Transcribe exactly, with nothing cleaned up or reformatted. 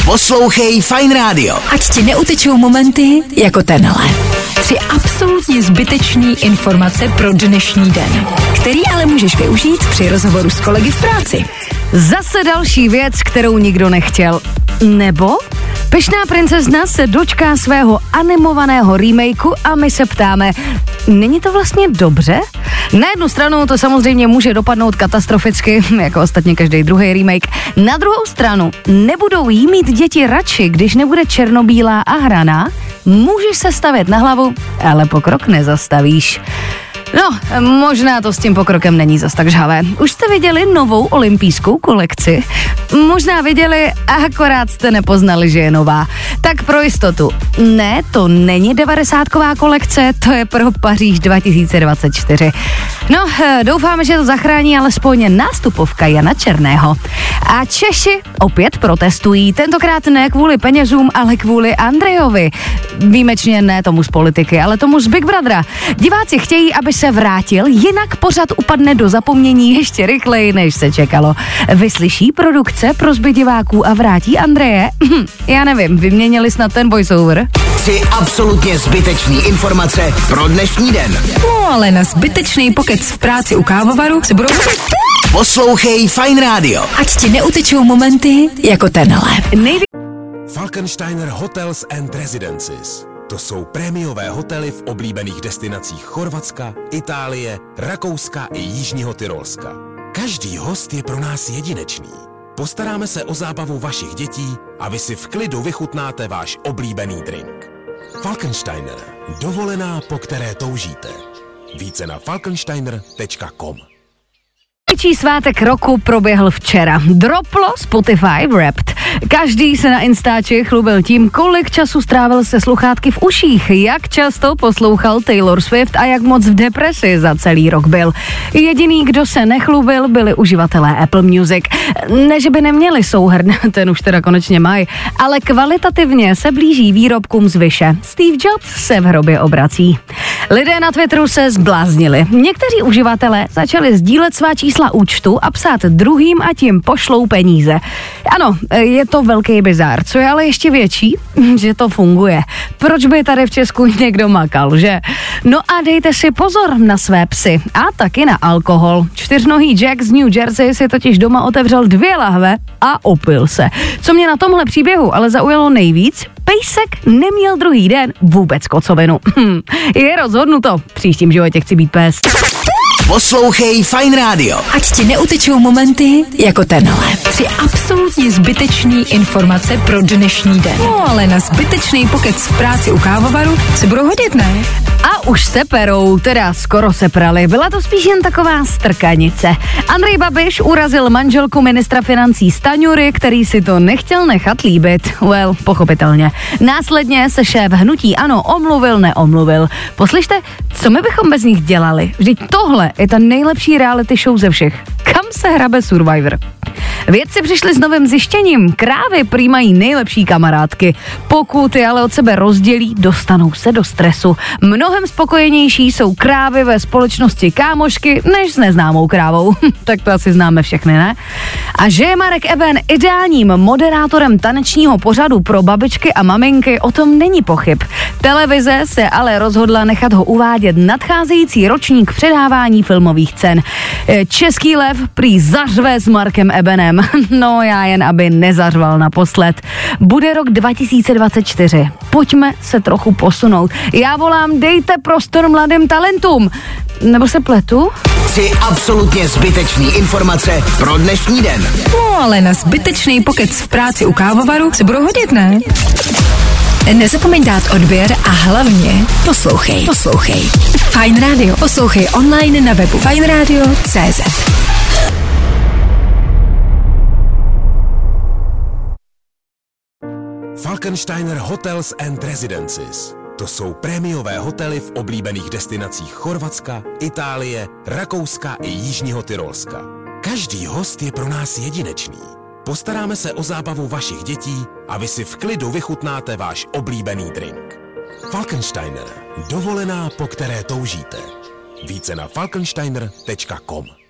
Poslouchej Fajn rádio. Ať ti neutečou momenty jako tenhle. Tři absolutně zbytečný informace pro dnešní den, který ale můžeš využít při rozhovoru s kolegy v práci. Zase další věc, kterou nikdo nechtěl. Nebo pyšná princezna se dočká svého animovaného remakeu a my se ptáme, není to vlastně dobře? Na jednu stranu to samozřejmě může dopadnout katastroficky, jako ostatně každý druhý remake. Na druhou stranu, nebudou jí mít děti radši, když nebude černobílá a hraná? Můžeš se stavět na hlavu, ale pokrok nezastavíš. No, možná to s tím pokrokem není zas tak žhavé. Už jste viděli novou olympijskou kolekci? Možná viděli, akorát jste nepoznali, že je nová. Tak pro jistotu. Ne, to není devadesátková kolekce, to je pro Paříž dva tisíce dvacet čtyři. No, doufáme, že to zachrání alespoň nástupovka Jana Černého. A Češi opět protestují, tentokrát ne kvůli penězům, ale kvůli Andrejovi. Výjimečně ne tomu z politiky, ale tomu z Big Brothera. Diváci chtějí, aby se vrátil, jinak pořad upadne do zapomnění ještě rychleji, než se čekalo. Vyslyší produkce prosby diváků a vrátí Andreje? Já nevím, vyměnili snad ten voiceover? Tři absolutně zbytečný informace pro dnešní den. No ale na zbytečný pokec v práci u kávovaru se budou... Poslouchej Fajn rádio. Ať ti neutečou momenty jako tenhle. Nejvě... Falkensteiner Hotels and Residences. To jsou prémiové hotely v oblíbených destinacích Chorvatska, Itálie, Rakouska i Jižního Tyrolska. Každý host je pro nás jedinečný. Postaráme se o zábavu vašich dětí a vy si v klidu vychutnáte váš oblíbený drink. Falkensteiner. Dovolená, po které toužíte. Více na falkensteiner tečka com. Největší svátek roku proběhl včera. Droplo Spotify Wrapped. Každý se na Instači chlubil tím, kolik času strávil se sluchátky v uších, jak často poslouchal Taylor Swift a jak moc v depresi za celý rok byl. Jediný, kdo se nechlubil, byli uživatelé Apple Music. Ne, že by neměli souhrn, ten už teda konečně mají, ale kvalitativně se blíží výrobkům z Vyše. Steve Jobs se v hrobě obrací. Lidé na Twitteru se zbláznili. Někteří uživatelé začali sdílet svá čísla účtu a psát druhým a tím pošlou peníze. Ano, je to velký bizár. Co je ale ještě větší? Že to funguje. Proč by tady v Česku někdo makal, že? No a dejte si pozor na své psy a taky na alkohol. Čtyřnohý Jack z New Jersey si totiž doma otevřel dvě lahve a opil se. Co mě na tomhle příběhu ale zaujalo nejvíc? Pejsek neměl druhý den vůbec kocovinu. Je rozhodnuto. V příštím životě chci být pes. Poslouchej Fajn rádio. Ať ti neutečou momenty jako tenhle. Tři absolutně zbytečný informace pro dnešní den. No ale na zbytečný pokec v práci u kávovaru se budou hodit, ne? A už se perou, teda skoro se prali. Byla to spíš jen taková strkanice. Andrej Babiš urazil manželku ministra financí Staňury, který si to nechtěl nechat líbit. Well, pochopitelně. Následně se šéf hnutí ANO omluvil, neomluvil. Poslyšte, co my bychom bez nich dělali? Vždyť tohle je ta nejlepší reality show ze všech. Kam se hrabe Survivor? Vědci přišli s novým zjištěním. Krávy prý mají nejlepší kamarádky. Pokud je ale od sebe rozdělí, dostanou se do stresu. Mnohem spokojenější jsou krávy ve společnosti kámošky než s neznámou krávou. Tak to asi známe všechny, ne? A že je Marek Eben ideálním moderátorem tanečního pořadu pro babičky a maminky, o tom není pochyb. Televize se ale rozhodla nechat ho uvádět nadcházející ročník předávání filmových cen. Český lev prý zařve s Markem Ebenem. No já jen, aby nezařval naposled. Bude rok dva tisíce dvacet čtyři. Pojďme se trochu posunout. Já volám, dejte prostor mladým talentům. Nebo se pletu? Tři absolutně zbytečný informace pro dnešní den. No ale na zbytečný pokec v práci u kávovaru se budou hodit, ne? Nezapomeň dát odběr a hlavně poslouchej. Poslouchej. Fajn rádio. Poslouchej online na webu fajn radio tečka cé zet. Falkensteiner Hotels and Residences. To jsou prémiové hotely v oblíbených destinacích Chorvatska, Itálie, Rakouska i Jižního Tyrolska. Každý host je pro nás jedinečný. Postaráme se o zábavu vašich dětí a vy si v klidu vychutnáte váš oblíbený drink. Falkensteiner. Dovolená, po které toužíte. Více na falkensteiner tečka com.